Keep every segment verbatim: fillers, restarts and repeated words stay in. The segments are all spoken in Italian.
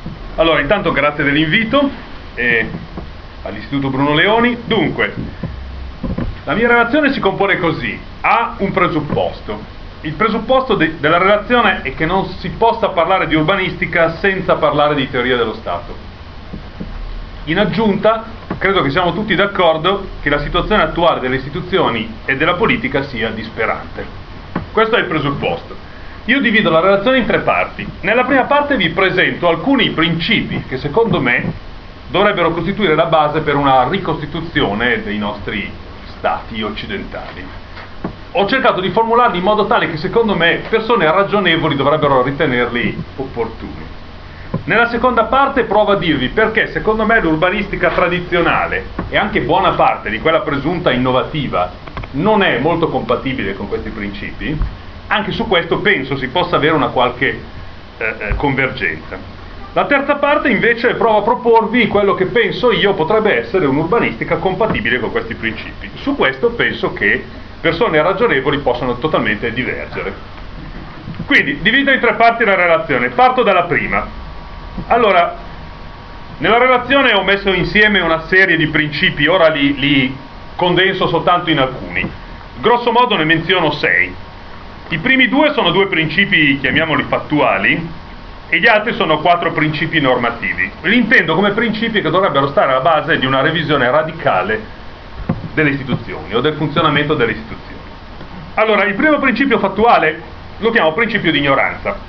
Allora, intanto grazie dell'invito eh, all'Istituto Bruno Leoni. Dunque, la mia relazione si compone così: ha un presupposto. Il presupposto de- della relazione è che non si possa parlare di urbanistica senza parlare di teoria dello Stato. In aggiunta, credo che siamo tutti d'accordo che la situazione attuale delle istituzioni e della politica sia disperante. Questo è il presupposto. Io divido la relazione in tre parti. Nella prima parte vi presento alcuni principi che secondo me dovrebbero costituire la base per una ricostituzione dei nostri stati occidentali. Ho cercato di formularli in modo tale che secondo me persone ragionevoli dovrebbero ritenerli opportuni. Nella seconda parte provo a dirvi perché secondo me l'urbanistica tradizionale e anche buona parte di quella presunta innovativa non è molto compatibile con questi principi. Anche su questo penso si possa avere una qualche eh, eh, convergenza. La terza parte invece provo a proporvi quello che penso io potrebbe essere un'urbanistica compatibile con questi principi. Su questo penso che persone ragionevoli possano totalmente divergere. Quindi divido in tre parti la relazione. Parto dalla prima. Allora, nella relazione ho messo insieme una serie di principi, ora li, li condenso soltanto in alcuni. Grosso modo ne menziono sei. I primi due sono due principi, chiamiamoli fattuali, e gli altri sono quattro principi normativi. Li intendo come principi che dovrebbero stare alla base di una revisione radicale delle istituzioni o del funzionamento delle istituzioni. Allora, il primo principio fattuale lo chiamo principio di ignoranza.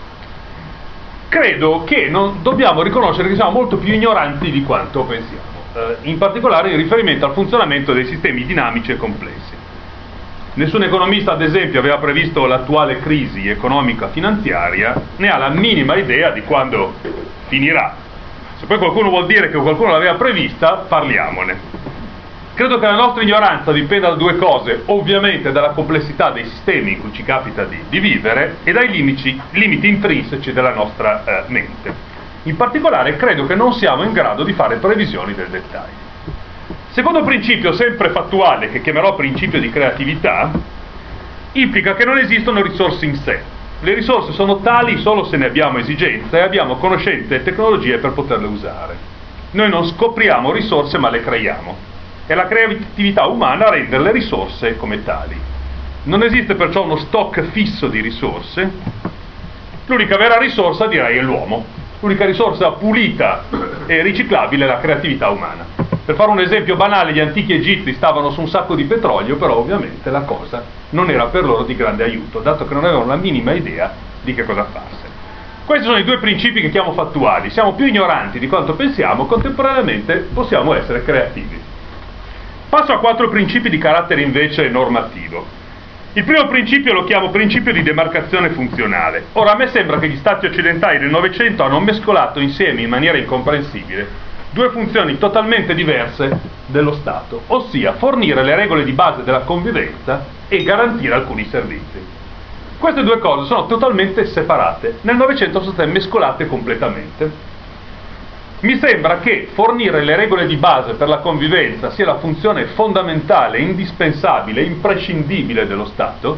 Credo che non dobbiamo riconoscere che siamo molto più ignoranti di quanto pensiamo, eh, in particolare in riferimento al funzionamento dei sistemi dinamici e complessi. Nessun economista, ad esempio, aveva previsto l'attuale crisi economica finanziaria, ne ha la minima idea di quando finirà. Se poi qualcuno vuol dire che qualcuno l'aveva prevista, parliamone. Credo che la nostra ignoranza dipenda da due cose: ovviamente dalla complessità dei sistemi in cui ci capita di, di vivere e dai limiti, limiti intrinseci della nostra eh, mente. In particolare credo che non siamo in grado di fare previsioni del dettaglio. Secondo principio, sempre fattuale, che chiamerò principio di creatività, implica che non esistono risorse in sé. Le risorse sono tali solo se ne abbiamo esigenza e abbiamo conoscenze e tecnologie per poterle usare. Noi non scopriamo risorse ma le creiamo. È la creatività umana a rendere le risorse come tali. Non esiste perciò uno stock fisso di risorse. L'unica vera risorsa, direi, è l'uomo. L'unica risorsa pulita e riciclabile è la creatività umana. Per fare un esempio banale, gli antichi egizi stavano su un sacco di petrolio, però ovviamente la cosa non era per loro di grande aiuto, dato che non avevano la minima idea di che cosa farsene. Questi sono i due principi che chiamo fattuali. Siamo più ignoranti di quanto pensiamo, contemporaneamente possiamo essere creativi. Passo a quattro principi di carattere invece normativo. Il primo principio lo chiamo principio di demarcazione funzionale. Ora, a me sembra che gli stati occidentali del Novecento hanno mescolato insieme in maniera incomprensibile due funzioni totalmente diverse dello Stato, ossia fornire le regole di base della convivenza e garantire alcuni servizi. Queste due cose sono totalmente separate. Nel Novecento sono state mescolate completamente. Mi sembra che fornire le regole di base per la convivenza sia la funzione fondamentale, indispensabile, imprescindibile dello Stato,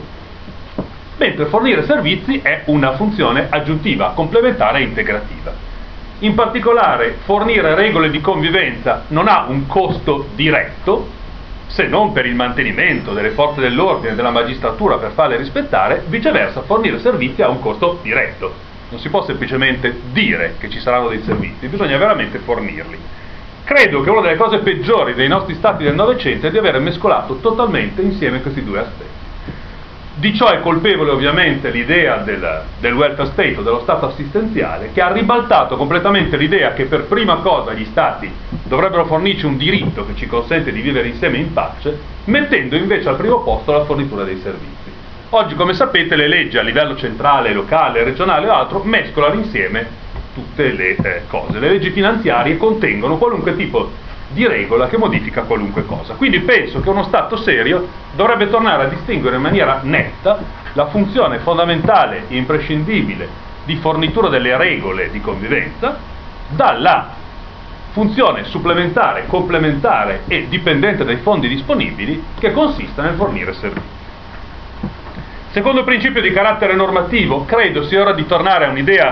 mentre fornire servizi è una funzione aggiuntiva, complementare e integrativa. In particolare, fornire regole di convivenza non ha un costo diretto, se non per il mantenimento delle forze dell'ordine e della magistratura per farle rispettare. Viceversa, fornire servizi ha un costo diretto. Non si può semplicemente dire che ci saranno dei servizi, bisogna veramente fornirli. Credo che una delle cose peggiori dei nostri stati del Novecento è di aver mescolato totalmente insieme questi due aspetti. Di ciò è colpevole ovviamente l'idea del, del welfare state o dello stato assistenziale, che ha ribaltato completamente l'idea che per prima cosa gli stati dovrebbero fornirci un diritto che ci consente di vivere insieme in pace, mettendo invece al primo posto la fornitura dei servizi. Oggi, come sapete, le leggi a livello centrale, locale, regionale o altro mescolano insieme tutte le eh, cose. Le leggi finanziarie contengono qualunque tipo di regola che modifica qualunque cosa. Quindi penso che uno Stato serio dovrebbe tornare a distinguere in maniera netta la funzione fondamentale e imprescindibile di fornitura delle regole di convivenza dalla funzione supplementare, complementare e dipendente dai fondi disponibili che consiste nel fornire servizi. Secondo principio di carattere normativo, credo sia ora di tornare a un'idea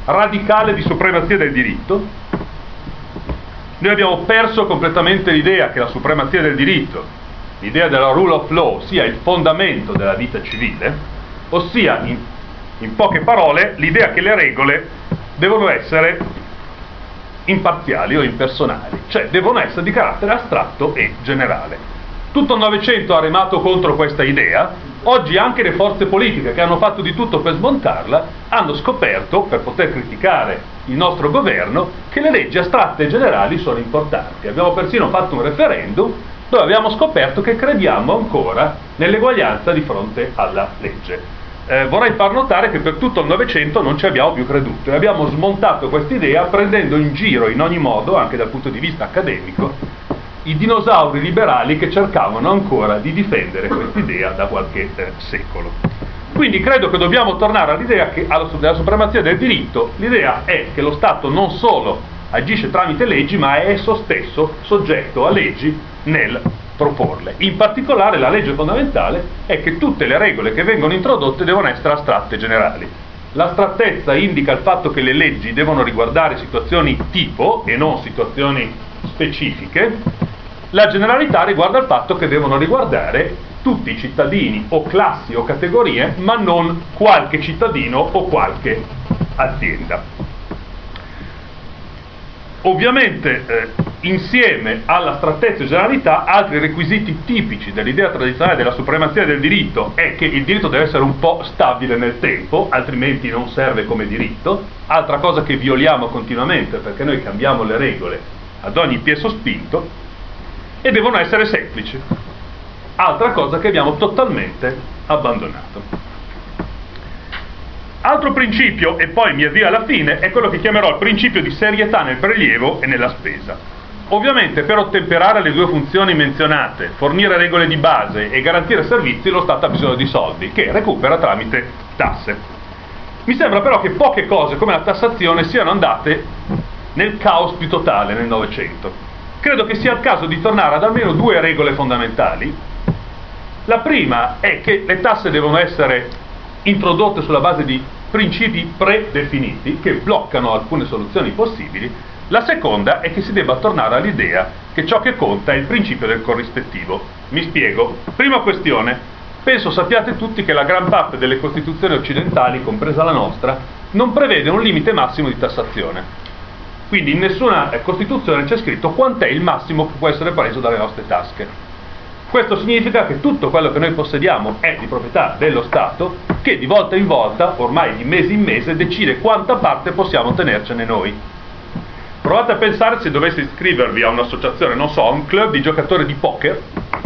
radicale di supremazia del diritto. Noi abbiamo perso completamente l'idea che la supremazia del diritto, l'idea della rule of law, sia il fondamento della vita civile, ossia, in, in poche parole, l'idea che le regole devono essere imparziali o impersonali, cioè devono essere di carattere astratto e generale. Tutto il Novecento ha remato contro questa idea. Oggi anche le forze politiche, che hanno fatto di tutto per smontarla, hanno scoperto, per poter criticare il nostro governo, che le leggi astratte e generali sono importanti. Abbiamo persino fatto un referendum dove abbiamo scoperto che crediamo ancora nell'eguaglianza di fronte alla legge. Eh, vorrei far notare che per tutto il Novecento non ci abbiamo più creduto e abbiamo smontato quest'idea prendendo in giro in ogni modo, anche dal punto di vista accademico, i dinosauri liberali che cercavano ancora di difendere quest'idea da qualche eh, secolo. Quindi credo che dobbiamo tornare all'idea che, alla, della supremazia del diritto. L'idea è che lo Stato non solo agisce tramite leggi, ma è esso stesso soggetto a leggi nel proporle. In particolare la legge fondamentale è che tutte le regole che vengono introdotte devono essere astratte e generali. L'astrattezza indica il fatto che le leggi devono riguardare situazioni tipo e non situazioni specifiche. La generalità riguarda il fatto che devono riguardare tutti i cittadini o classi o categorie, ma non qualche cittadino o qualche azienda. Ovviamente eh, insieme all'astrattezza e generalità, altri requisiti tipici dell'idea tradizionale della supremazia del diritto è che il diritto deve essere un po' stabile nel tempo, altrimenti non serve come diritto. Altra cosa che violiamo continuamente, perché noi cambiamo le regole ad ogni piè sospinto, e devono essere semplici, altra cosa che abbiamo totalmente abbandonato. Altro principio, e poi mi avvio alla fine, è quello che chiamerò il principio di serietà nel prelievo e nella spesa. Ovviamente per ottemperare le due funzioni menzionate, fornire regole di base e garantire servizi, lo Stato ha bisogno di soldi, che recupera tramite tasse. Mi sembra però che poche cose come la tassazione siano andate nel caos più totale nel Novecento. Credo che sia il caso di tornare ad almeno due regole fondamentali. La prima è che le tasse devono essere introdotte sulla base di principi predefiniti che bloccano alcune soluzioni possibili. La seconda è che si debba tornare all'idea che ciò che conta è il principio del corrispettivo. Mi spiego. Prima questione. Penso sappiate tutti che la gran parte delle costituzioni occidentali, compresa la nostra, non prevede un limite massimo di tassazione. Quindi in nessuna Costituzione c'è scritto quant'è il massimo che può essere preso dalle nostre tasche. Questo significa che tutto quello che noi possediamo è di proprietà dello Stato, che di volta in volta, ormai di mese in mese, decide quanta parte possiamo tenercene noi. Provate a pensare se doveste iscrivervi a un'associazione, non so, a un club di giocatori di poker,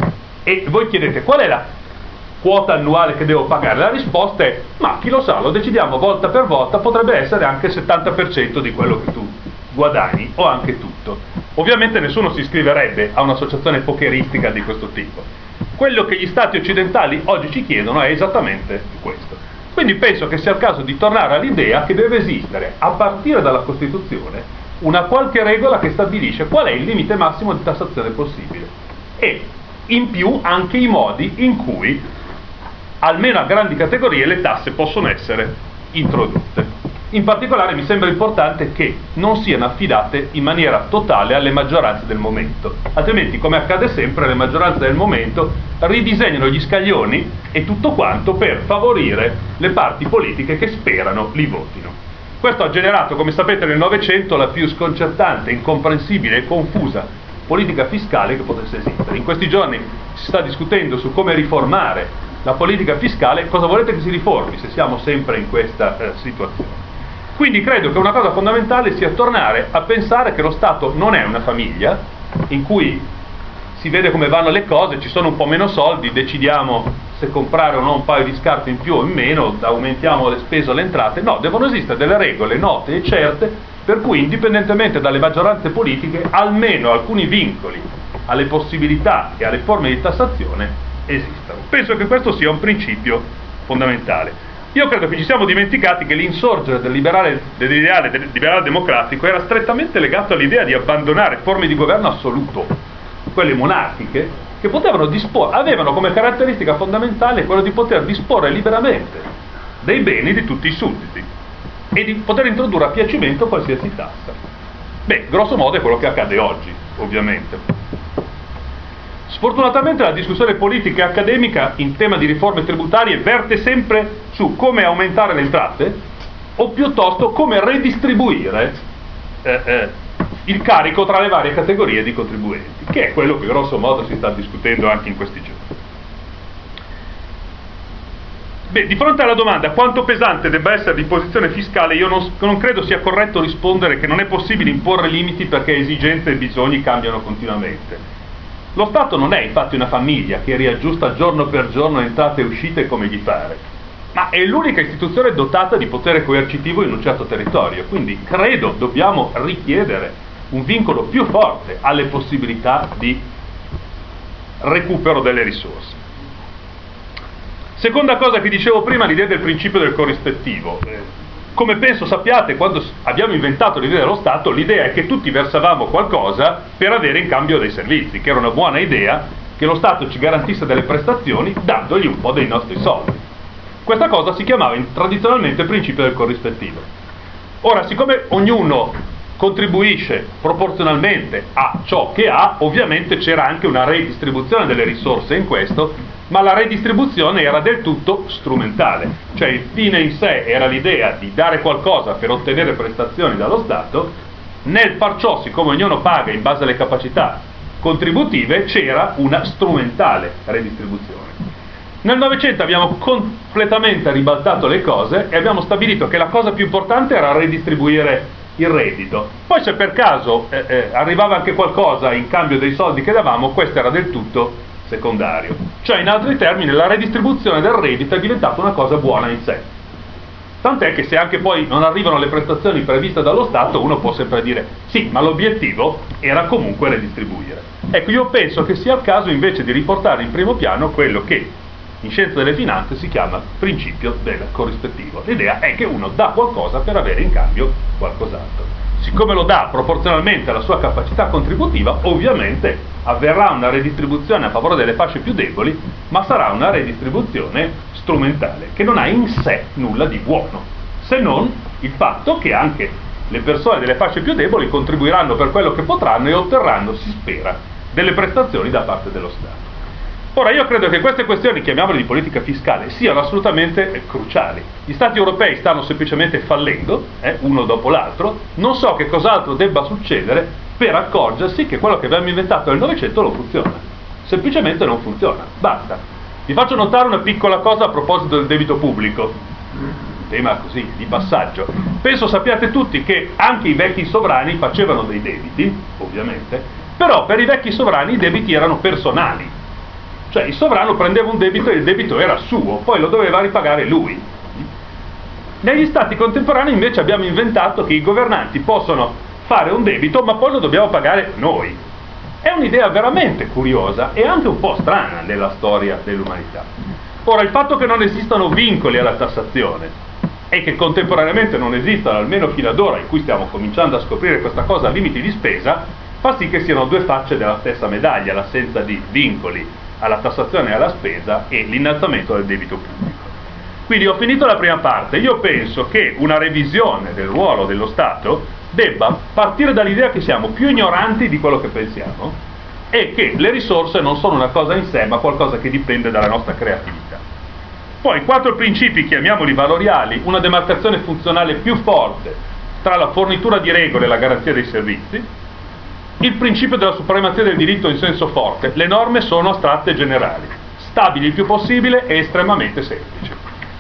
e voi chiedete qual è la quota annuale che devo pagare. La risposta è, ma chi lo sa, lo decidiamo volta per volta, potrebbe essere anche il settanta per cento di quello che tu guadagni o anche tutto. Ovviamente nessuno si iscriverebbe a un'associazione pokeristica di questo tipo. Quello che gli stati occidentali oggi ci chiedono è esattamente questo. Quindi penso che sia il caso di tornare all'idea che deve esistere, a partire dalla Costituzione, una qualche regola che stabilisce qual è il limite massimo di tassazione possibile e in più anche i modi in cui, almeno a grandi categorie, le tasse possono essere introdotte. In particolare mi sembra importante che non siano affidate in maniera totale alle maggioranze del momento, altrimenti, come accade sempre, le maggioranze del momento ridisegnano gli scaglioni e tutto quanto per favorire le parti politiche che sperano li votino. Questo ha generato, come sapete, nel Novecento la più sconcertante, incomprensibile e confusa politica fiscale che potesse esistere. In questi giorni si sta discutendo su come riformare la politica fiscale. Cosa volete che si riformi se siamo sempre in questa eh, situazione? Quindi credo che una cosa fondamentale sia tornare a pensare che lo Stato non è una famiglia in cui si vede come vanno le cose, ci sono un po' meno soldi, decidiamo se comprare o no un paio di scarpe in più o in meno, aumentiamo le spese o le entrate. No, devono esistere delle regole note e certe per cui, indipendentemente dalle maggioranze politiche, almeno alcuni vincoli alle possibilità e alle forme di tassazione esistano. Penso che questo sia un principio fondamentale. Io credo che ci siamo dimenticati che l'insorgere del liberale, dell'ideale del liberale democratico era strettamente legato all'idea di abbandonare forme di governo assoluto, quelle monarchiche, che potevano disporre, avevano come caratteristica fondamentale quello di poter disporre liberamente dei beni di tutti i sudditi e di poter introdurre a piacimento qualsiasi tassa. Beh, grosso modo è quello che accade oggi, ovviamente. Sfortunatamente la discussione politica e accademica in tema di riforme tributarie verte sempre su come aumentare le entrate o piuttosto come redistribuire eh, eh, il carico tra le varie categorie di contribuenti, che è quello che grosso modo si sta discutendo anche in questi giorni. Beh, di fronte alla domanda quanto pesante debba essere l'imposizione fiscale, io non, non credo sia corretto rispondere che non è possibile imporre limiti perché esigenze e bisogni cambiano continuamente. Lo Stato non è infatti una famiglia che riaggiusta giorno per giorno entrate e uscite come gli pare, ma è l'unica istituzione dotata di potere coercitivo in un certo territorio, quindi credo dobbiamo richiedere un vincolo più forte alle possibilità di recupero delle risorse. Seconda cosa che dicevo prima, l'idea del principio del corrispettivo. Come penso sappiate, quando abbiamo inventato l'idea dello Stato, l'idea è che tutti versavamo qualcosa per avere in cambio dei servizi, che era una buona idea, che lo Stato ci garantisse delle prestazioni dandogli un po' dei nostri soldi. Questa cosa si chiamava tradizionalmente principio del corrispettivo. Ora, siccome ognuno contribuisce proporzionalmente a ciò che ha, ovviamente c'era anche una redistribuzione delle risorse in questo, ma la redistribuzione era del tutto strumentale, cioè il fine in sé era l'idea di dare qualcosa per ottenere prestazioni dallo Stato. Nel far ciò, siccome ognuno paga in base alle capacità contributive, c'era una strumentale redistribuzione. Nel Novecento abbiamo completamente ribaltato le cose e abbiamo stabilito che la cosa più importante era redistribuire il reddito. Poi se per caso eh, eh, arrivava anche qualcosa in cambio dei soldi che davamo, questo era del tutto secondario. Cioè, in altri termini, la redistribuzione del reddito è diventata una cosa buona in sé. Tant'è che se anche poi non arrivano le prestazioni previste dallo Stato, uno può sempre dire sì, ma l'obiettivo era comunque redistribuire. Ecco, io penso che sia il caso invece di riportare in primo piano quello che in scienza delle finanze si chiama principio del corrispettivo. L'idea è che uno dà qualcosa per avere in cambio qualcos'altro. Siccome lo dà proporzionalmente alla sua capacità contributiva, ovviamente avverrà una redistribuzione a favore delle fasce più deboli, ma sarà una redistribuzione strumentale, che non ha in sé nulla di buono, se non il fatto che anche le persone delle fasce più deboli contribuiranno per quello che potranno e otterranno, si spera, delle prestazioni da parte dello Stato. Ora, io credo che queste questioni, chiamiamole di politica fiscale, siano assolutamente cruciali. Gli Stati europei stanno semplicemente fallendo, eh, uno dopo l'altro. Non so che cos'altro debba succedere per accorgersi che quello che abbiamo inventato nel Novecento non funziona. Semplicemente non funziona, basta. Vi faccio notare una piccola cosa a proposito del debito pubblico, un tema così di passaggio. Penso sappiate tutti che anche i vecchi sovrani facevano dei debiti, ovviamente, però per i vecchi sovrani i debiti erano personali. Cioè il sovrano prendeva un debito e il debito era suo, poi lo doveva ripagare lui. Negli stati contemporanei invece abbiamo inventato che i governanti possono fare un debito ma poi lo dobbiamo pagare noi. È un'idea veramente curiosa e anche un po' strana nella storia dell'umanità. Ora, il fatto che non esistano vincoli alla tassazione e che contemporaneamente non esistano, almeno fino ad ora in cui stiamo cominciando a scoprire questa cosa a limiti di spesa, fa sì che siano due facce della stessa medaglia, l'assenza di vincoli alla tassazione e alla spesa e l'innalzamento del debito pubblico. Quindi ho finito la prima parte. Io penso che una revisione del ruolo dello Stato debba partire dall'idea che siamo più ignoranti di quello che pensiamo e che le risorse non sono una cosa in sé ma qualcosa che dipende dalla nostra creatività. Poi quattro principi, chiamiamoli valoriali: una demarcazione funzionale più forte tra la fornitura di regole e la garanzia dei servizi, il principio della supremazia del diritto in senso forte: le norme sono astratte e generali, stabili il più possibile e estremamente semplici.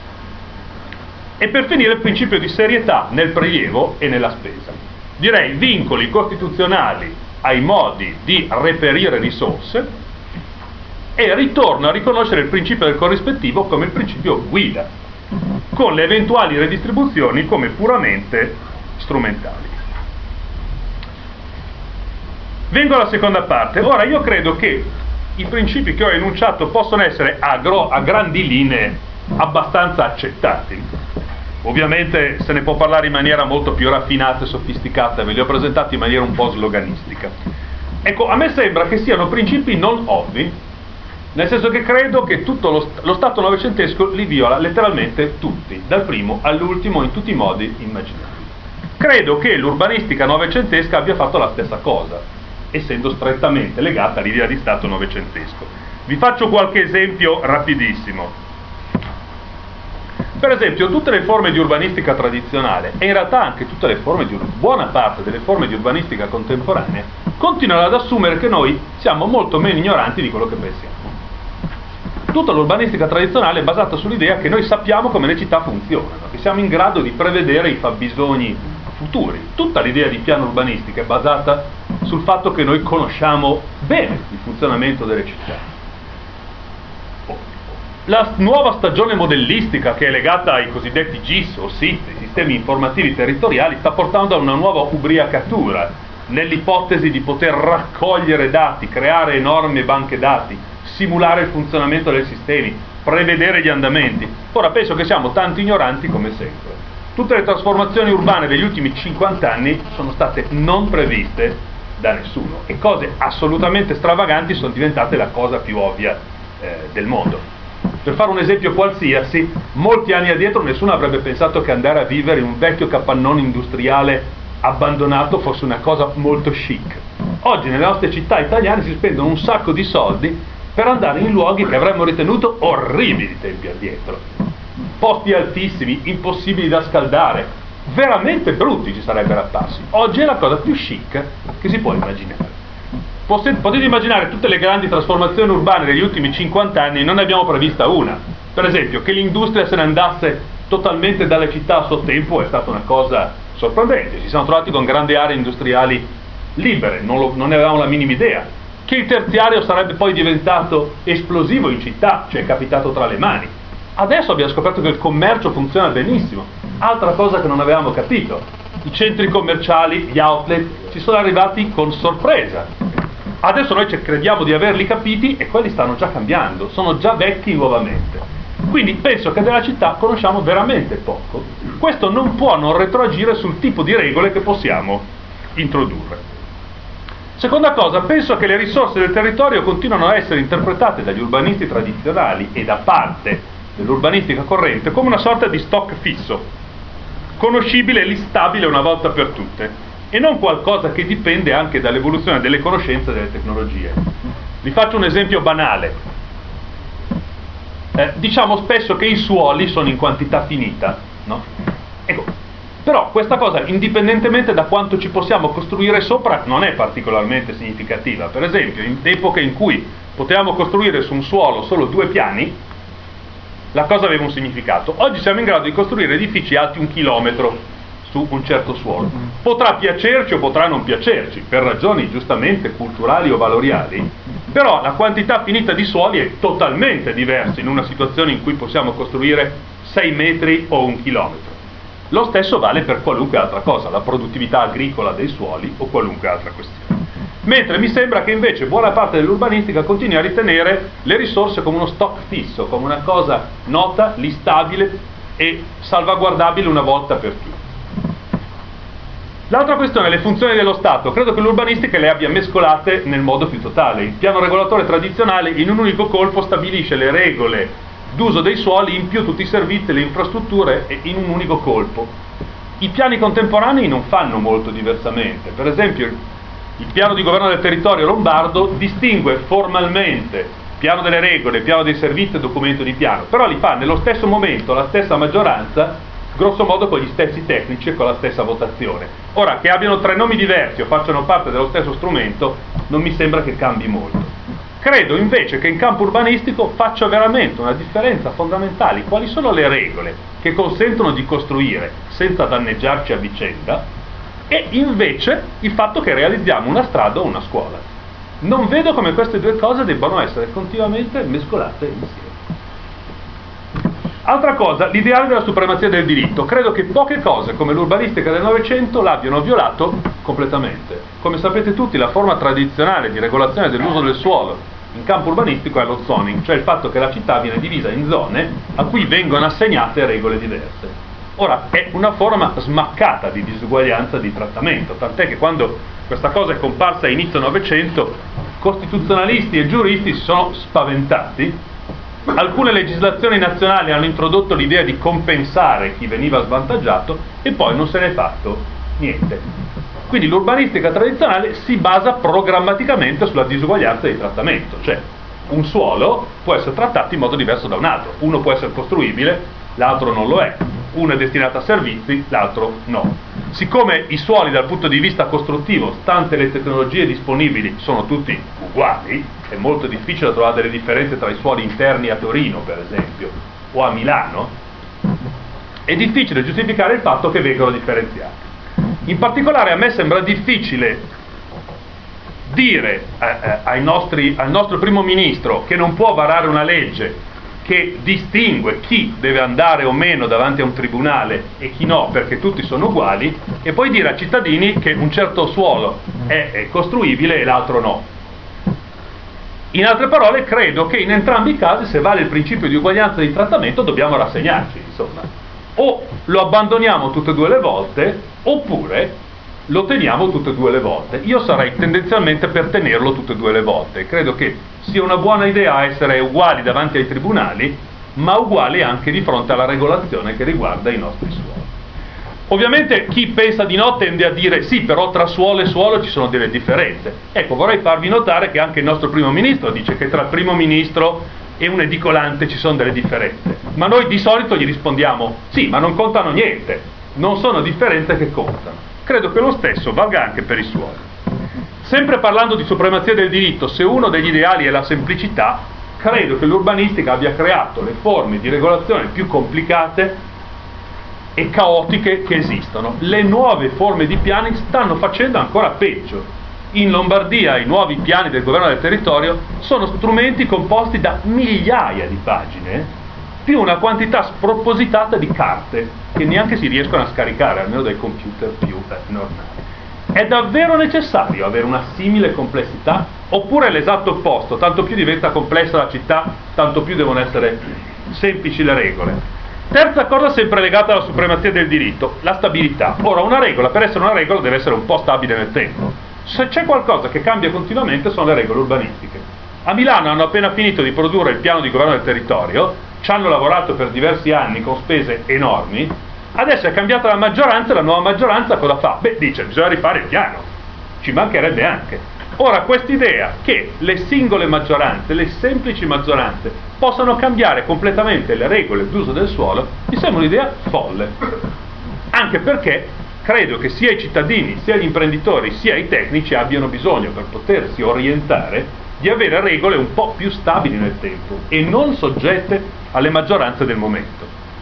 E per finire il principio di serietà nel prelievo e nella spesa. Direi vincoli costituzionali ai modi di reperire risorse e ritorno a riconoscere il principio del corrispettivo come il principio guida, con le eventuali redistribuzioni come puramente strumentali. Vengo alla seconda parte. Ora, io credo che i principi che ho enunciato possono essere a, gro- a grandi linee abbastanza accettati. Ovviamente se ne può parlare in maniera molto più raffinata e sofisticata, ve li ho presentati in maniera un po' sloganistica. Ecco, a me sembra che siano principi non ovvi, nel senso che credo che tutto lo, lo Stato novecentesco li viola letteralmente tutti, dal primo all'ultimo, in tutti i modi immaginabili. Credo che l'urbanistica novecentesca abbia fatto la stessa cosa, essendo strettamente legata all'idea di Stato novecentesco. Vi faccio qualche esempio rapidissimo. Per esempio, tutte le forme di urbanistica tradizionale, e in realtà anche tutte le forme di buona parte delle forme di urbanistica contemporanea, continuano ad assumere che noi siamo molto meno ignoranti di quello che pensiamo. Tutta l'urbanistica tradizionale è basata sull'idea che noi sappiamo come le città funzionano, che siamo in grado di prevedere i fabbisogni futuri. Tutta l'idea di piano urbanistico è basata sul fatto che noi conosciamo bene il funzionamento delle città. La nuova stagione modellistica, che è legata ai cosiddetti G I S o S I T, sistemi informativi territoriali, sta portando a una nuova ubriacatura nell'ipotesi di poter raccogliere dati, creare enormi banche dati, simulare il funzionamento dei sistemi, prevedere gli andamenti. Ora penso che siamo tanto ignoranti come sempre. Tutte le trasformazioni urbane degli ultimi cinquanta anni sono state non previste da nessuno e cose assolutamente stravaganti sono diventate la cosa più ovvia eh, del mondo. Per fare un esempio qualsiasi, molti anni addietro nessuno avrebbe pensato che andare a vivere in un vecchio capannone industriale abbandonato fosse una cosa molto chic. Oggi nelle nostre città italiane si spendono un sacco di soldi per andare in luoghi che avremmo ritenuto orribili tempi addietro. Posti altissimi, impossibili da scaldare, veramente brutti ci sarebbero apparsi. Oggi è la cosa più chic che si può immaginare. Potete immaginare tutte le grandi trasformazioni urbane degli ultimi cinquanta anni, non ne abbiamo prevista una. Per esempio, che l'industria se ne andasse totalmente dalle città a suo tempo è stata una cosa sorprendente. Si sono trovati con grandi aree industriali libere, non, lo, non ne avevamo la minima idea. Che il terziario sarebbe poi diventato esplosivo in città, ci è capitato tra le mani. Adesso abbiamo scoperto che il commercio funziona benissimo, altra cosa che non avevamo capito. I centri commerciali, gli outlet, ci sono arrivati con sorpresa. Adesso noi crediamo di averli capiti e quelli stanno già cambiando, sono già vecchi nuovamente. Quindi penso che della città conosciamo veramente poco. Questo non può non retroagire sul tipo di regole che possiamo introdurre. Seconda cosa, penso che le risorse del territorio continuano a essere interpretate dagli urbanisti tradizionali e da parte dell'urbanistica corrente come una sorta di stock fisso, conoscibile e listabile una volta per tutte, e non qualcosa che dipende anche dall'evoluzione delle conoscenze e delle tecnologie. Vi faccio un esempio banale. Eh, diciamo spesso che i suoli sono in quantità finita, no? Ecco, però questa cosa, indipendentemente da quanto ci possiamo costruire sopra, non è particolarmente significativa. Per esempio, in epoche in cui potevamo costruire su un suolo solo due piani, la cosa aveva un significato. Oggi siamo in grado di costruire edifici alti un chilometro su un certo suolo. Potrà piacerci o potrà non piacerci, per ragioni giustamente culturali o valoriali, però la quantità finita di suoli è totalmente diversa in una situazione in cui possiamo costruire sei metri o un chilometro. Lo stesso vale per qualunque altra cosa, la produttività agricola dei suoli o qualunque altra questione. Mentre mi sembra che invece buona parte dell'urbanistica continui a ritenere le risorse come uno stock fisso, come una cosa nota, listabile e salvaguardabile una volta per tutte. L'altra questione è le funzioni dello Stato. Credo che l'urbanistica le abbia mescolate nel modo più totale. Il piano regolatore tradizionale in un unico colpo stabilisce le regole d'uso dei suoli, in più tutti i servizi, le infrastrutture in un unico colpo. I piani contemporanei non fanno molto diversamente. Per esempio il piano di governo del territorio lombardo distingue formalmente piano delle regole, piano dei servizi e documento di piano, però li fa nello stesso momento la stessa maggioranza, grosso modo con gli stessi tecnici e con la stessa votazione. Ora, che abbiano tre nomi diversi o facciano parte dello stesso strumento, non mi sembra che cambi molto. Credo invece che in campo urbanistico faccia veramente una differenza fondamentale quali sono le regole che consentono di costruire senza danneggiarci a vicenda e invece il fatto che realizziamo una strada o una scuola. Non vedo come queste due cose debbano essere continuamente mescolate insieme. Altra cosa, l'ideale della supremazia del diritto. Credo che poche cose come l'urbanistica del Novecento l'abbiano violato completamente. Come sapete tutti, la forma tradizionale di regolazione dell'uso del suolo in campo urbanistico è lo zoning, cioè il fatto che la città viene divisa in zone a cui vengono assegnate regole diverse. Ora, è una forma smaccata di disuguaglianza di trattamento, tant'è che quando questa cosa è comparsa a inizio Novecento costituzionalisti e giuristi si sono spaventati. Alcune legislazioni nazionali hanno introdotto l'idea di compensare chi veniva svantaggiato e poi non se n'è fatto niente. Quindi l'urbanistica tradizionale si basa programmaticamente sulla disuguaglianza di trattamento, cioè un suolo può essere trattato in modo diverso da un altro, uno può essere costruibile, l'altro non lo è, uno è destinato a servizi, l'altro no. Siccome i suoli dal punto di vista costruttivo, stante le tecnologie disponibili, sono tutti uguali, è molto difficile trovare delle differenze tra i suoli interni a Torino, per esempio, o a Milano, è difficile giustificare il fatto che vengano differenziati. In particolare a me sembra difficile dire eh, eh, ai nostri, al nostro primo ministro che non può varare una legge che distingue chi deve andare o meno davanti a un tribunale e chi no, perché tutti sono uguali, e poi dire ai cittadini che un certo suolo è, è costruibile e l'altro no. In altre parole, credo che in entrambi i casi, se vale il principio di uguaglianza di trattamento, dobbiamo rassegnarci, insomma. O lo abbandoniamo tutte e due le volte, oppure lo teniamo tutte e due le volte. Io sarei tendenzialmente per tenerlo tutte e due le volte. Credo che sia una buona idea essere uguali davanti ai tribunali, ma uguali anche di fronte alla regolazione che riguarda i nostri suoli. Ovviamente chi pensa di no tende a dire sì, però tra suolo e suolo ci sono delle differenze. Ecco, vorrei farvi notare che anche il nostro primo ministro dice che tra il primo ministro e un edicolante ci sono delle differenze. Ma noi di solito gli rispondiamo sì, ma non contano niente, non sono differenze che contano. Credo che lo stesso valga anche per i suoli. Sempre parlando di supremazia del diritto, se uno degli ideali è la semplicità, credo che l'urbanistica abbia creato le forme di regolazione più complicate e caotiche che esistono. Le nuove forme di piani stanno facendo ancora peggio. In Lombardia i nuovi piani del governo del territorio sono strumenti composti da migliaia di pagine, più una quantità spropositata di carte che neanche si riescono a scaricare, almeno dai computer più eh, normali. È davvero necessario avere una simile complessità? Oppure l'esatto opposto, tanto più diventa complessa la città, tanto più devono essere semplici le regole? Terza cosa sempre legata alla supremazia del diritto, la stabilità. Ora, una regola, per essere una regola, deve essere un po' stabile nel tempo. Se c'è qualcosa che cambia continuamente sono le regole urbanistiche. A Milano hanno appena finito di produrre il piano di governo del territorio, ci hanno lavorato per diversi anni con spese enormi, adesso è cambiata la maggioranza e la nuova maggioranza cosa fa? Beh, dice, bisogna rifare il piano, ci mancherebbe anche. Ora, quest'idea che le singole maggioranze, le semplici maggioranze, possano cambiare completamente le regole d'uso del suolo, mi sembra un'idea folle. Anche perché credo che sia i cittadini, sia gli imprenditori, sia i tecnici abbiano bisogno, per potersi orientare, di avere regole un po' più stabili nel tempo e non soggette alle maggioranze del momento.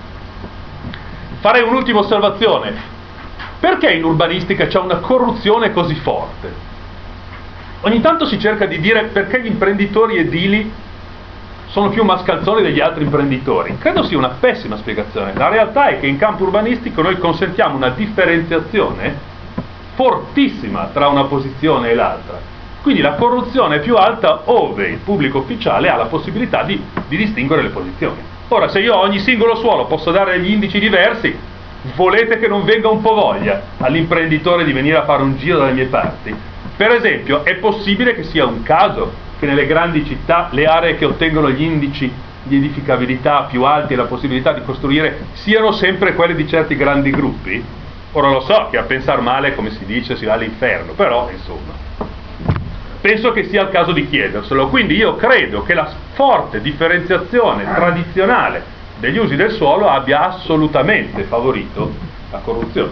Farei un'ultima osservazione. Perché in urbanistica c'è una corruzione così forte? Ogni tanto si cerca di dire perché gli imprenditori edili sono più mascalzoni degli altri imprenditori. Credo sia una pessima spiegazione. La realtà è che in campo urbanistico noi consentiamo una differenziazione fortissima tra una posizione e l'altra. Quindi la corruzione è più alta ove il pubblico ufficiale ha la possibilità di, di distinguere le posizioni. Ora, se io a ogni singolo suolo posso dare degli indici diversi, volete che non venga un po' voglia all'imprenditore di venire a fare un giro dalle mie parti? Per esempio, è possibile che sia un caso che nelle grandi città le aree che ottengono gli indici di edificabilità più alti e la possibilità di costruire siano sempre quelle di certi grandi gruppi? Ora lo so che a pensar male, come si dice, si va all'inferno, però insomma penso che sia il caso di chiederselo. Quindi io credo che la forte differenziazione tradizionale degli usi del suolo abbia assolutamente favorito la corruzione.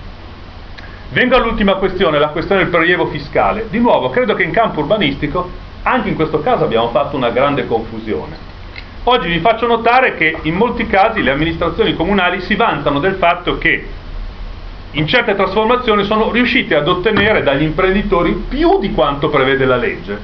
Vengo all'ultima questione, la questione del prelievo fiscale. Di nuovo, credo che in campo urbanistico, anche in questo caso, abbiamo fatto una grande confusione. Oggi vi faccio notare che in molti casi le amministrazioni comunali si vantano del fatto che in certe trasformazioni sono riusciti ad ottenere dagli imprenditori più di quanto prevede la legge.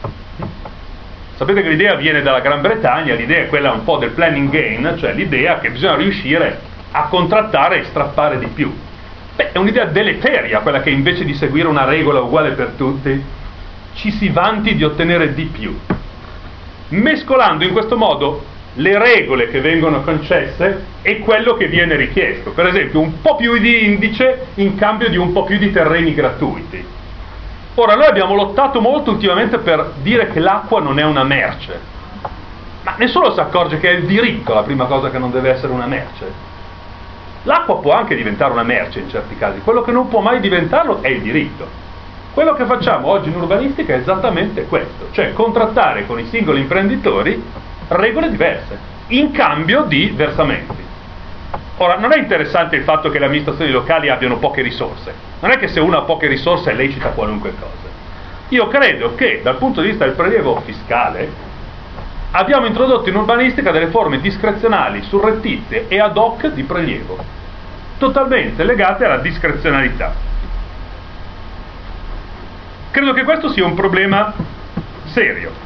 Sapete che l'idea viene dalla Gran Bretagna, l'idea è quella un po' del planning gain, cioè l'idea che bisogna riuscire a contrattare e strappare di più. Beh, è un'idea deleteria quella che invece di seguire una regola uguale per tutti, ci si vanti di ottenere di più, mescolando in questo modo le regole che vengono concesse e quello che viene richiesto. Per esempio, un po' più di indice in cambio di un po' più di terreni gratuiti. Ora, noi abbiamo lottato molto ultimamente per dire che l'acqua non è una merce, ma nessuno si accorge che è il diritto la prima cosa che non deve essere una merce. L'acqua può anche diventare una merce in certi casi, quello che non può mai diventarlo è il diritto. Quello che facciamo oggi in urbanistica è esattamente questo, cioè contrattare con i singoli imprenditori regole diverse, in cambio di versamenti. Ora, non è interessante il fatto che le amministrazioni locali abbiano poche risorse, non è che se uno ha poche risorse è lecita qualunque cosa. Io credo che dal punto di vista del prelievo fiscale abbiamo introdotto in urbanistica delle forme discrezionali, surrettizie e ad hoc di prelievo, totalmente legate alla discrezionalità. Credo che questo sia un problema serio.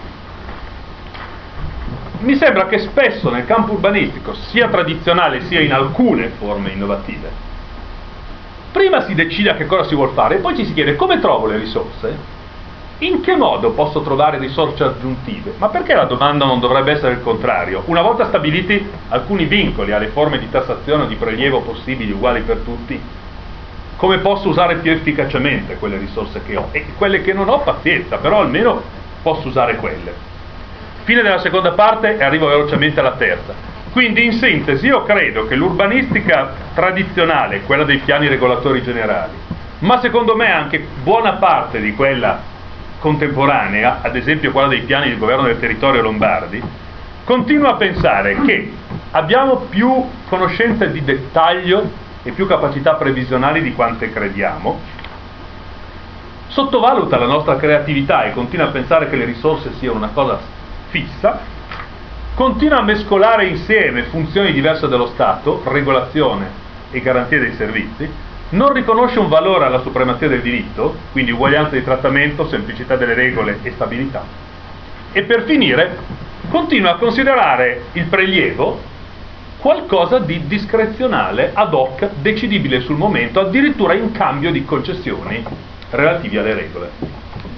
Mi sembra che spesso nel campo urbanistico, sia tradizionale sia in alcune forme innovative, prima si decide a che cosa si vuol fare e poi ci si chiede come trovo le risorse, in che modo posso trovare risorse aggiuntive, ma perché la domanda non dovrebbe essere il contrario? Una volta stabiliti alcuni vincoli alle forme di tassazione o di prelievo possibili uguali per tutti, come posso usare più efficacemente quelle risorse che ho? E quelle che non ho, pazienza, però almeno posso usare quelle. Fine della seconda parte e arrivo velocemente alla terza. Quindi in sintesi io credo che l'urbanistica tradizionale, quella dei piani regolatori generali, ma secondo me anche buona parte di quella contemporanea, ad esempio quella dei piani di governo del territorio lombardi, continua a pensare che abbiamo più conoscenze di dettaglio e più capacità previsionali di quante crediamo, sottovaluta la nostra creatività e continua a pensare che le risorse siano una cosa fissa, continua a mescolare insieme funzioni diverse dello Stato, regolazione e garanzia dei servizi, non riconosce un valore alla supremazia del diritto, quindi uguaglianza di trattamento, semplicità delle regole e stabilità, e per finire continua a considerare il prelievo qualcosa di discrezionale, ad hoc, decidibile sul momento, addirittura in cambio di concessioni relativi alle regole.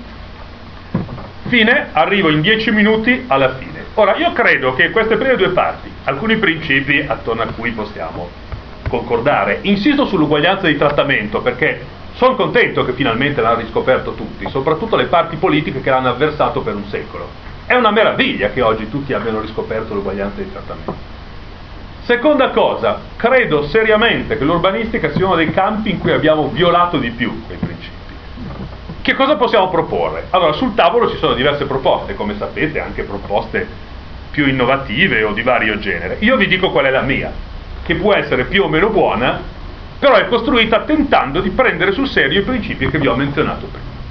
Fine, arrivo in dieci minuti alla fine. Ora, io credo che queste prime due parti, alcuni principi attorno a cui possiamo concordare. Insisto sull'uguaglianza di trattamento perché sono contento che finalmente l'hanno riscoperto tutti, soprattutto le parti politiche che l'hanno avversato per un secolo. È una meraviglia che oggi tutti abbiano riscoperto l'uguaglianza di trattamento. Seconda cosa, credo seriamente che l'urbanistica sia uno dei campi in cui abbiamo violato di più quei principi. Che cosa possiamo proporre? Allora, sul tavolo ci sono diverse proposte, come sapete, anche proposte più innovative o di vario genere. Io vi dico qual è la mia, che può essere più o meno buona, però è costruita tentando di prendere sul serio i principi che vi ho menzionato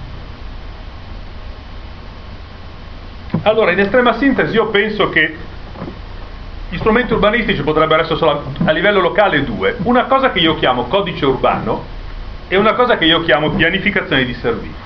prima. Allora, in estrema sintesi, io penso che gli strumenti urbanistici potrebbero essere solo a livello locale due. Una cosa che io chiamo codice urbano, è una cosa che io chiamo pianificazione di servizio.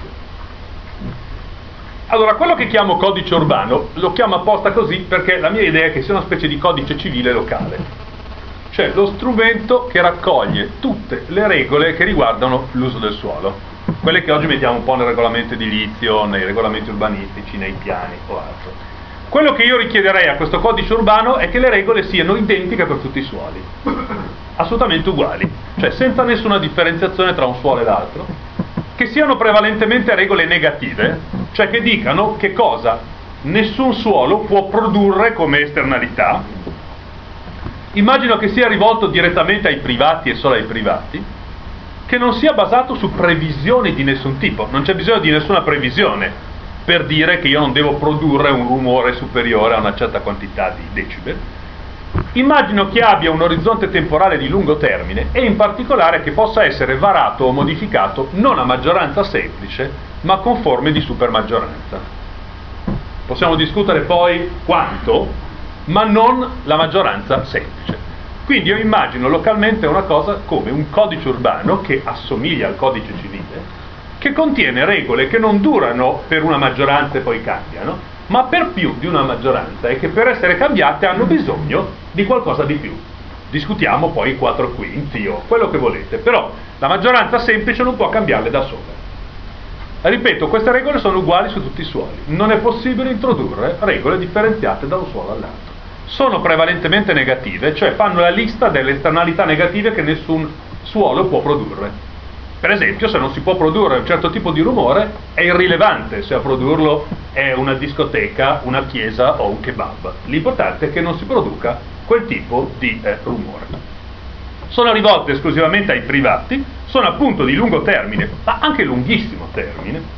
Allora, quello che chiamo codice urbano lo chiamo apposta così perché la mia idea è che sia una specie di codice civile locale, cioè lo strumento che raccoglie tutte le regole che riguardano l'uso del suolo, quelle che oggi mettiamo un po' nel regolamento edilizio, nei regolamenti urbanistici, nei piani o altro. Quello che io richiederei a questo codice urbano è che le regole siano identiche per tutti i suoli, assolutamente uguali, cioè senza nessuna differenziazione tra un suolo e l'altro, che siano prevalentemente regole negative, cioè che dicano che cosa nessun suolo può produrre come esternalità. Immagino che sia rivolto direttamente ai privati e solo ai privati, che non sia basato su previsioni di nessun tipo, non c'è bisogno di nessuna previsione per dire che io non devo produrre un rumore superiore a una certa quantità di decibel. Immagino che abbia un orizzonte temporale di lungo termine e in particolare che possa essere varato o modificato non a maggioranza semplice, ma con forme di supermaggioranza. Possiamo discutere poi quanto, ma non la maggioranza semplice. Quindi io immagino localmente una cosa come un codice urbano che assomiglia al codice civile, che contiene regole che non durano per una maggioranza e poi cambiano, ma per più di una maggioranza e che per essere cambiate hanno bisogno di qualcosa di più. Discutiamo poi i quattro quinti o quello che volete, però la maggioranza semplice non può cambiarle da sola. Ripeto, queste regole sono uguali su tutti i suoli, non è possibile introdurre regole differenziate da un suolo all'altro. Sono prevalentemente negative, cioè fanno la lista delle esternalità negative che nessun suolo può produrre. Per esempio, se non si può produrre un certo tipo di rumore, è irrilevante se a produrlo è una discoteca, una chiesa o un kebab. L'importante è che non si produca quel tipo di eh, rumore. Sono rivolte esclusivamente ai privati, sono appunto di lungo termine, ma anche lunghissimo termine,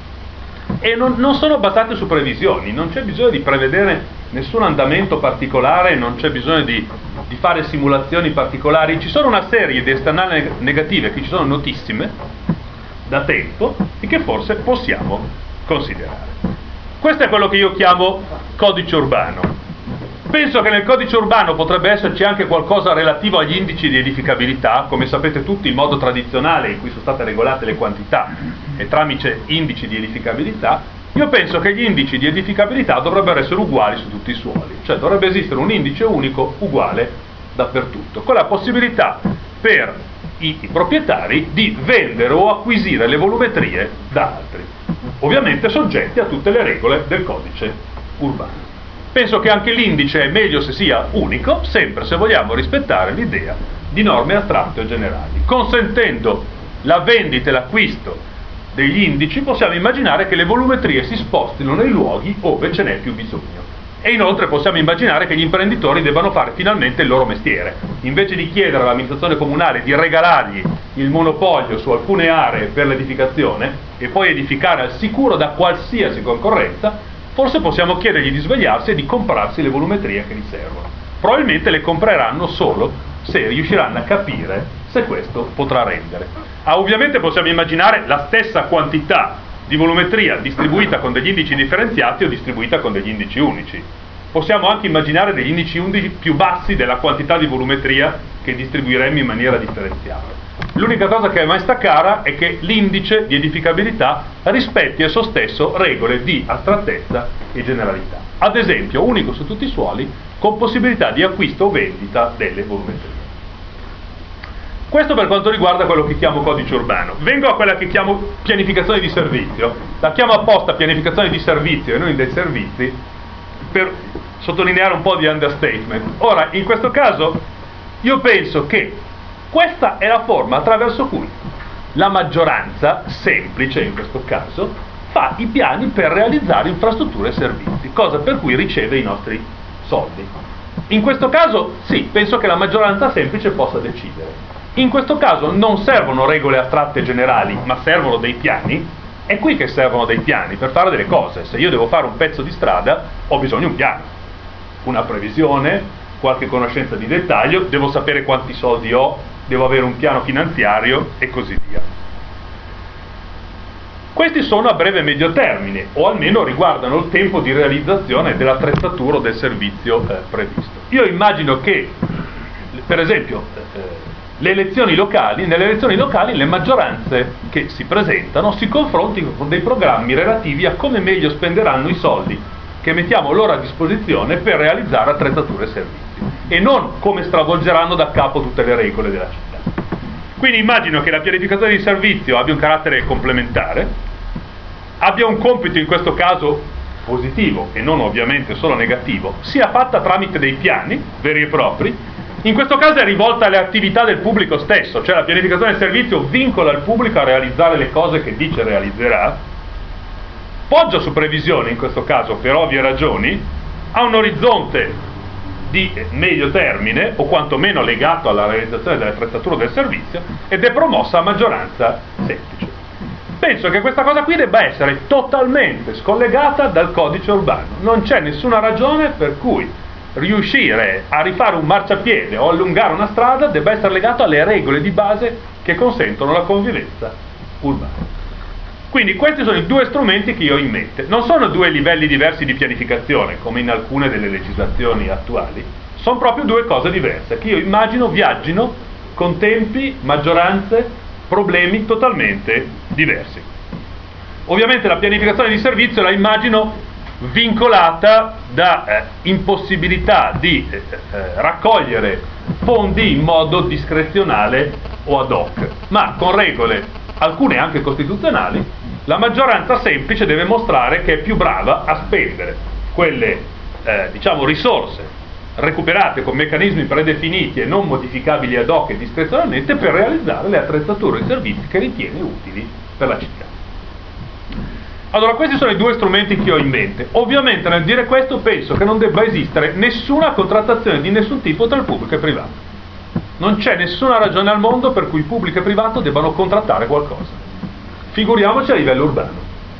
e non, non sono basate su previsioni, non c'è bisogno di prevedere nessun andamento particolare, non c'è bisogno di, di fare simulazioni particolari. Ci sono una serie di esternali negative che ci sono notissime da tempo e che forse possiamo considerare. Questo è quello che io chiamo codice urbano. Penso che nel codice urbano potrebbe esserci anche qualcosa relativo agli indici di edificabilità. Come sapete tutti, il modo tradizionale in cui sono state regolate le quantità è tramite indici di edificabilità. Io penso che gli indici di edificabilità dovrebbero essere uguali su tutti i suoli, cioè dovrebbe esistere un indice unico uguale dappertutto, con la possibilità per i, i proprietari di vendere o acquisire le volumetrie da altri, ovviamente soggetti a tutte le regole del codice urbano. Penso che anche l'indice è meglio se sia unico, sempre se vogliamo rispettare l'idea di norme astratte o generali. Consentendo la vendita e l'acquisto degli indici, possiamo immaginare che le volumetrie si spostino nei luoghi dove ce n'è più bisogno. E inoltre possiamo immaginare che gli imprenditori debbano fare finalmente il loro mestiere. Invece di chiedere all'amministrazione comunale di regalargli il monopolio su alcune aree per l'edificazione e poi edificare al sicuro da qualsiasi concorrenza, forse possiamo chiedergli di svegliarsi e di comprarsi le volumetrie che gli servono. Probabilmente le compreranno solo se riusciranno a capire se questo potrà rendere. Ah, ovviamente possiamo immaginare la stessa quantità di volumetria distribuita con degli indici differenziati o distribuita con degli indici unici. Possiamo anche immaginare degli indici unici più bassi della quantità di volumetria che distribuiremmo in maniera differenziata. L'unica cosa che mai sta cara è che l'indice di edificabilità rispetti esso stesso regole di astrattezza e generalità. Ad esempio, unico su tutti i suoli, con possibilità di acquisto o vendita delle volumetrie. Questo per quanto riguarda quello che chiamo codice urbano. Vengo a quella che chiamo pianificazione di servizio. La chiamo apposta pianificazione di servizio e non dei servizi, per sottolineare un po' di understatement. Ora, in questo caso, io penso che questa è la forma attraverso cui la maggioranza, semplice in questo caso, fa i piani per realizzare infrastrutture e servizi, cosa per cui riceve i nostri soldi. In questo caso, sì, penso che la maggioranza semplice possa decidere. In questo caso non servono regole astratte generali, ma servono dei piani. È qui che servono dei piani per fare delle cose. Se io devo fare un pezzo di strada, ho bisogno di un piano, una previsione, qualche conoscenza di dettaglio, devo sapere quanti soldi ho, devo avere un piano finanziario e così via. Questi sono a breve e medio termine, o almeno riguardano il tempo di realizzazione dell'attrezzatura o del servizio eh, previsto. Io immagino che, per esempio, eh, le elezioni locali, nelle elezioni locali le maggioranze che si presentano si confrontino con dei programmi relativi a come meglio spenderanno i soldi che mettiamo loro a disposizione per realizzare attrezzature e servizi, e non come stravolgeranno da capo tutte le regole della città. Quindi immagino che la pianificazione di servizio abbia un carattere complementare, abbia un compito in questo caso positivo e non ovviamente solo negativo, sia fatta tramite dei piani veri e propri. In questo caso è rivolta alle attività del pubblico stesso, cioè la pianificazione del servizio vincola il pubblico a realizzare le cose che dice realizzerà, poggia su previsioni in questo caso per ovvie ragioni, ha un orizzonte di medio termine o quantomeno legato alla realizzazione dell'attrezzatura del servizio ed è promossa a maggioranza semplice. Penso che questa cosa qui debba essere totalmente scollegata dal codice urbano, non c'è nessuna ragione per cui riuscire a rifare un marciapiede o allungare una strada debba essere legato alle regole di base che consentono la convivenza urbana. Quindi questi sono i due strumenti che io ho in mente. Non sono due livelli diversi di pianificazione, come in alcune delle legislazioni attuali, sono proprio due cose diverse, che io immagino viaggino con tempi, maggioranze, problemi totalmente diversi. Ovviamente la pianificazione di servizio la immagino vincolata da eh, impossibilità di eh, eh, raccogliere fondi in modo discrezionale o ad hoc, ma con regole, alcune anche costituzionali, la maggioranza semplice deve mostrare che è più brava a spendere quelle eh, diciamo risorse recuperate con meccanismi predefiniti e non modificabili ad hoc e discrezionalmente per realizzare le attrezzature e i servizi che ritiene utili per la città. Allora, questi sono i due strumenti che ho in mente. Ovviamente nel dire questo penso che non debba esistere nessuna contrattazione di nessun tipo tra il pubblico e il privato. Non c'è nessuna ragione al mondo per cui pubblico e privato debbano contrattare qualcosa. Figuriamoci a livello urbano.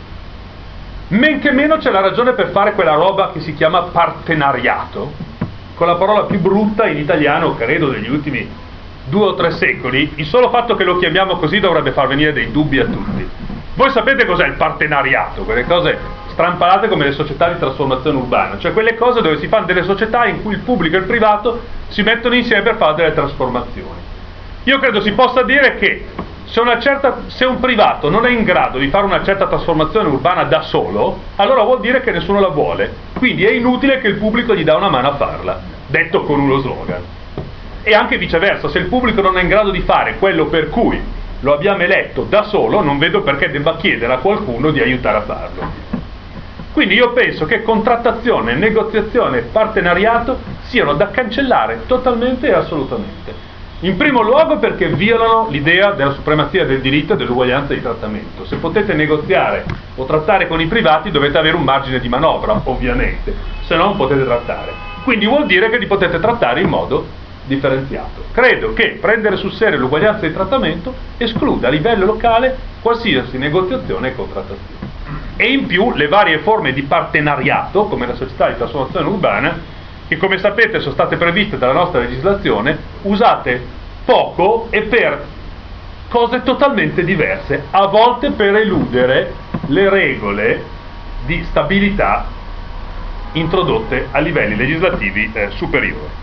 Men che meno c'è la ragione per fare quella roba che si chiama partenariato, con la parola più brutta in italiano, credo, degli ultimi due o tre secoli. Il solo fatto che lo chiamiamo così dovrebbe far venire dei dubbi a tutti. Voi sapete cos'è il partenariato? Quelle cose strampalate come le società di trasformazione urbana, cioè quelle cose dove si fanno delle società in cui il pubblico e il privato si mettono insieme per fare delle trasformazioni. Io credo si possa dire che se, una certa, se un privato non è in grado di fare una certa trasformazione urbana da solo, allora vuol dire che nessuno la vuole, quindi è inutile che il pubblico gli dà una mano a farla, detto con uno slogan. E anche viceversa, se il pubblico non è in grado di fare quello per cui lo abbiamo eletto da solo, non vedo perché debba chiedere a qualcuno di aiutare a farlo. Quindi io penso che contrattazione, negoziazione e partenariato siano da cancellare totalmente e assolutamente. In primo luogo perché violano l'idea della supremazia del diritto e dell'uguaglianza di trattamento. Se potete negoziare o trattare con i privati dovete avere un margine di manovra, ovviamente, se no non potete trattare. Quindi vuol dire che li potete trattare in modo differenziato. Credo che prendere sul serio l'uguaglianza di trattamento escluda a livello locale qualsiasi negoziazione e contrattazione. E in più le varie forme di partenariato, come la società di trasformazione urbana, che come sapete sono state previste dalla nostra legislazione, usate poco e per cose totalmente diverse, a volte per eludere le regole di stabilità introdotte a livelli legislativi eh, superiori.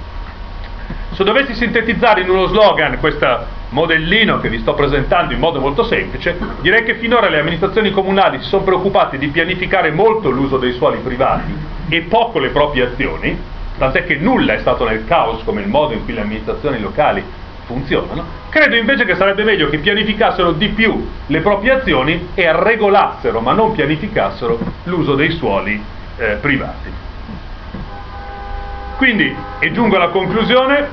Se dovessi sintetizzare in uno slogan questo modellino che vi sto presentando in modo molto semplice, direi che finora le amministrazioni comunali si sono preoccupate di pianificare molto l'uso dei suoli privati e poco le proprie azioni, tant'è che nulla è stato nel caos come il modo in cui le amministrazioni locali funzionano. Credo invece che sarebbe meglio che pianificassero di più le proprie azioni e regolassero, ma non pianificassero, l'uso dei suoli eh, privati. Quindi, e giungo alla conclusione,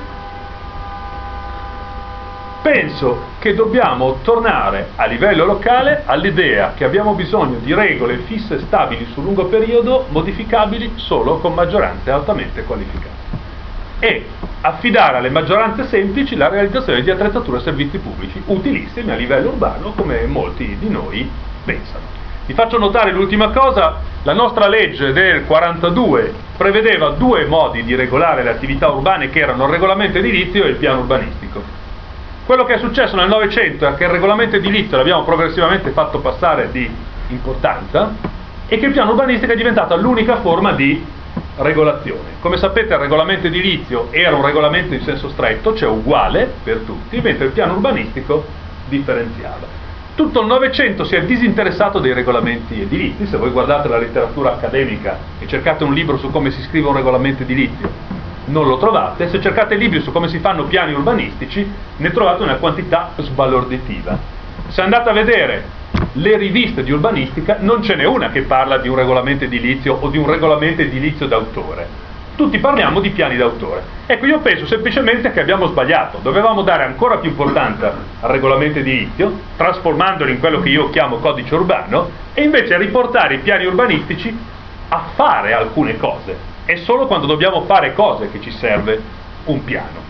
penso che dobbiamo tornare a livello locale all'idea che abbiamo bisogno di regole fisse e stabili sul lungo periodo, modificabili solo con maggioranze altamente qualificate, e affidare alle maggioranze semplici la realizzazione di attrezzature e servizi pubblici utilissimi a livello urbano, come molti di noi pensano. Vi faccio notare l'ultima cosa: la nostra legge del quarantadue prevedeva due modi di regolare le attività urbane, che erano il regolamento edilizio e il piano urbanistico. Quello che è successo nel Novecento è che il regolamento edilizio l'abbiamo progressivamente fatto passare di importanza e che il piano urbanistico è diventata l'unica forma di regolazione. Come sapete, il regolamento edilizio era un regolamento in senso stretto, cioè uguale per tutti, mentre il piano urbanistico differenziava. Tutto il Novecento si è disinteressato dei regolamenti edilizi. Se voi guardate la letteratura accademica e cercate un libro su come si scrive un regolamento edilizio, non lo trovate. Se cercate libri su come si fanno piani urbanistici, ne trovate una quantità sbalorditiva. Se andate a vedere le riviste di urbanistica, non ce n'è una che parla di un regolamento edilizio o di un regolamento edilizio d'autore. Tutti parliamo di piani d'autore. Ecco, io penso semplicemente che abbiamo sbagliato. Dovevamo dare ancora più importanza al regolamento edilizio, trasformandolo in quello che io chiamo codice urbano, e invece riportare i piani urbanistici a fare alcune cose. È solo quando dobbiamo fare cose che ci serve un piano.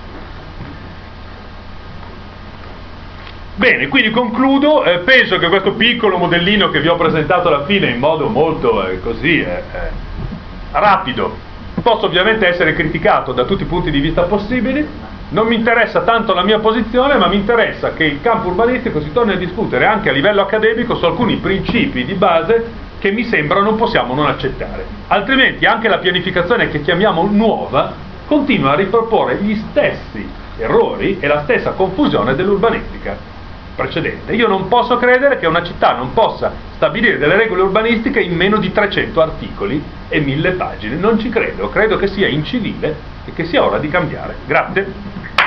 Bene, quindi concludo. Eh, penso che questo piccolo modellino che vi ho presentato alla fine in modo molto eh, così eh, eh, rapido posso ovviamente essere criticato da tutti i punti di vista possibili. Non mi interessa tanto la mia posizione, ma mi interessa che il campo urbanistico si torni a discutere anche a livello accademico su alcuni principi di base che mi sembra non possiamo non accettare. Altrimenti anche la pianificazione che chiamiamo nuova continua a riproporre gli stessi errori e la stessa confusione dell'urbanistica precedente. Io non posso credere che una città non possa stabilire delle regole urbanistiche in meno di trecento articoli e mille pagine. Non ci credo, credo che sia incivile e che sia ora di cambiare. Grazie.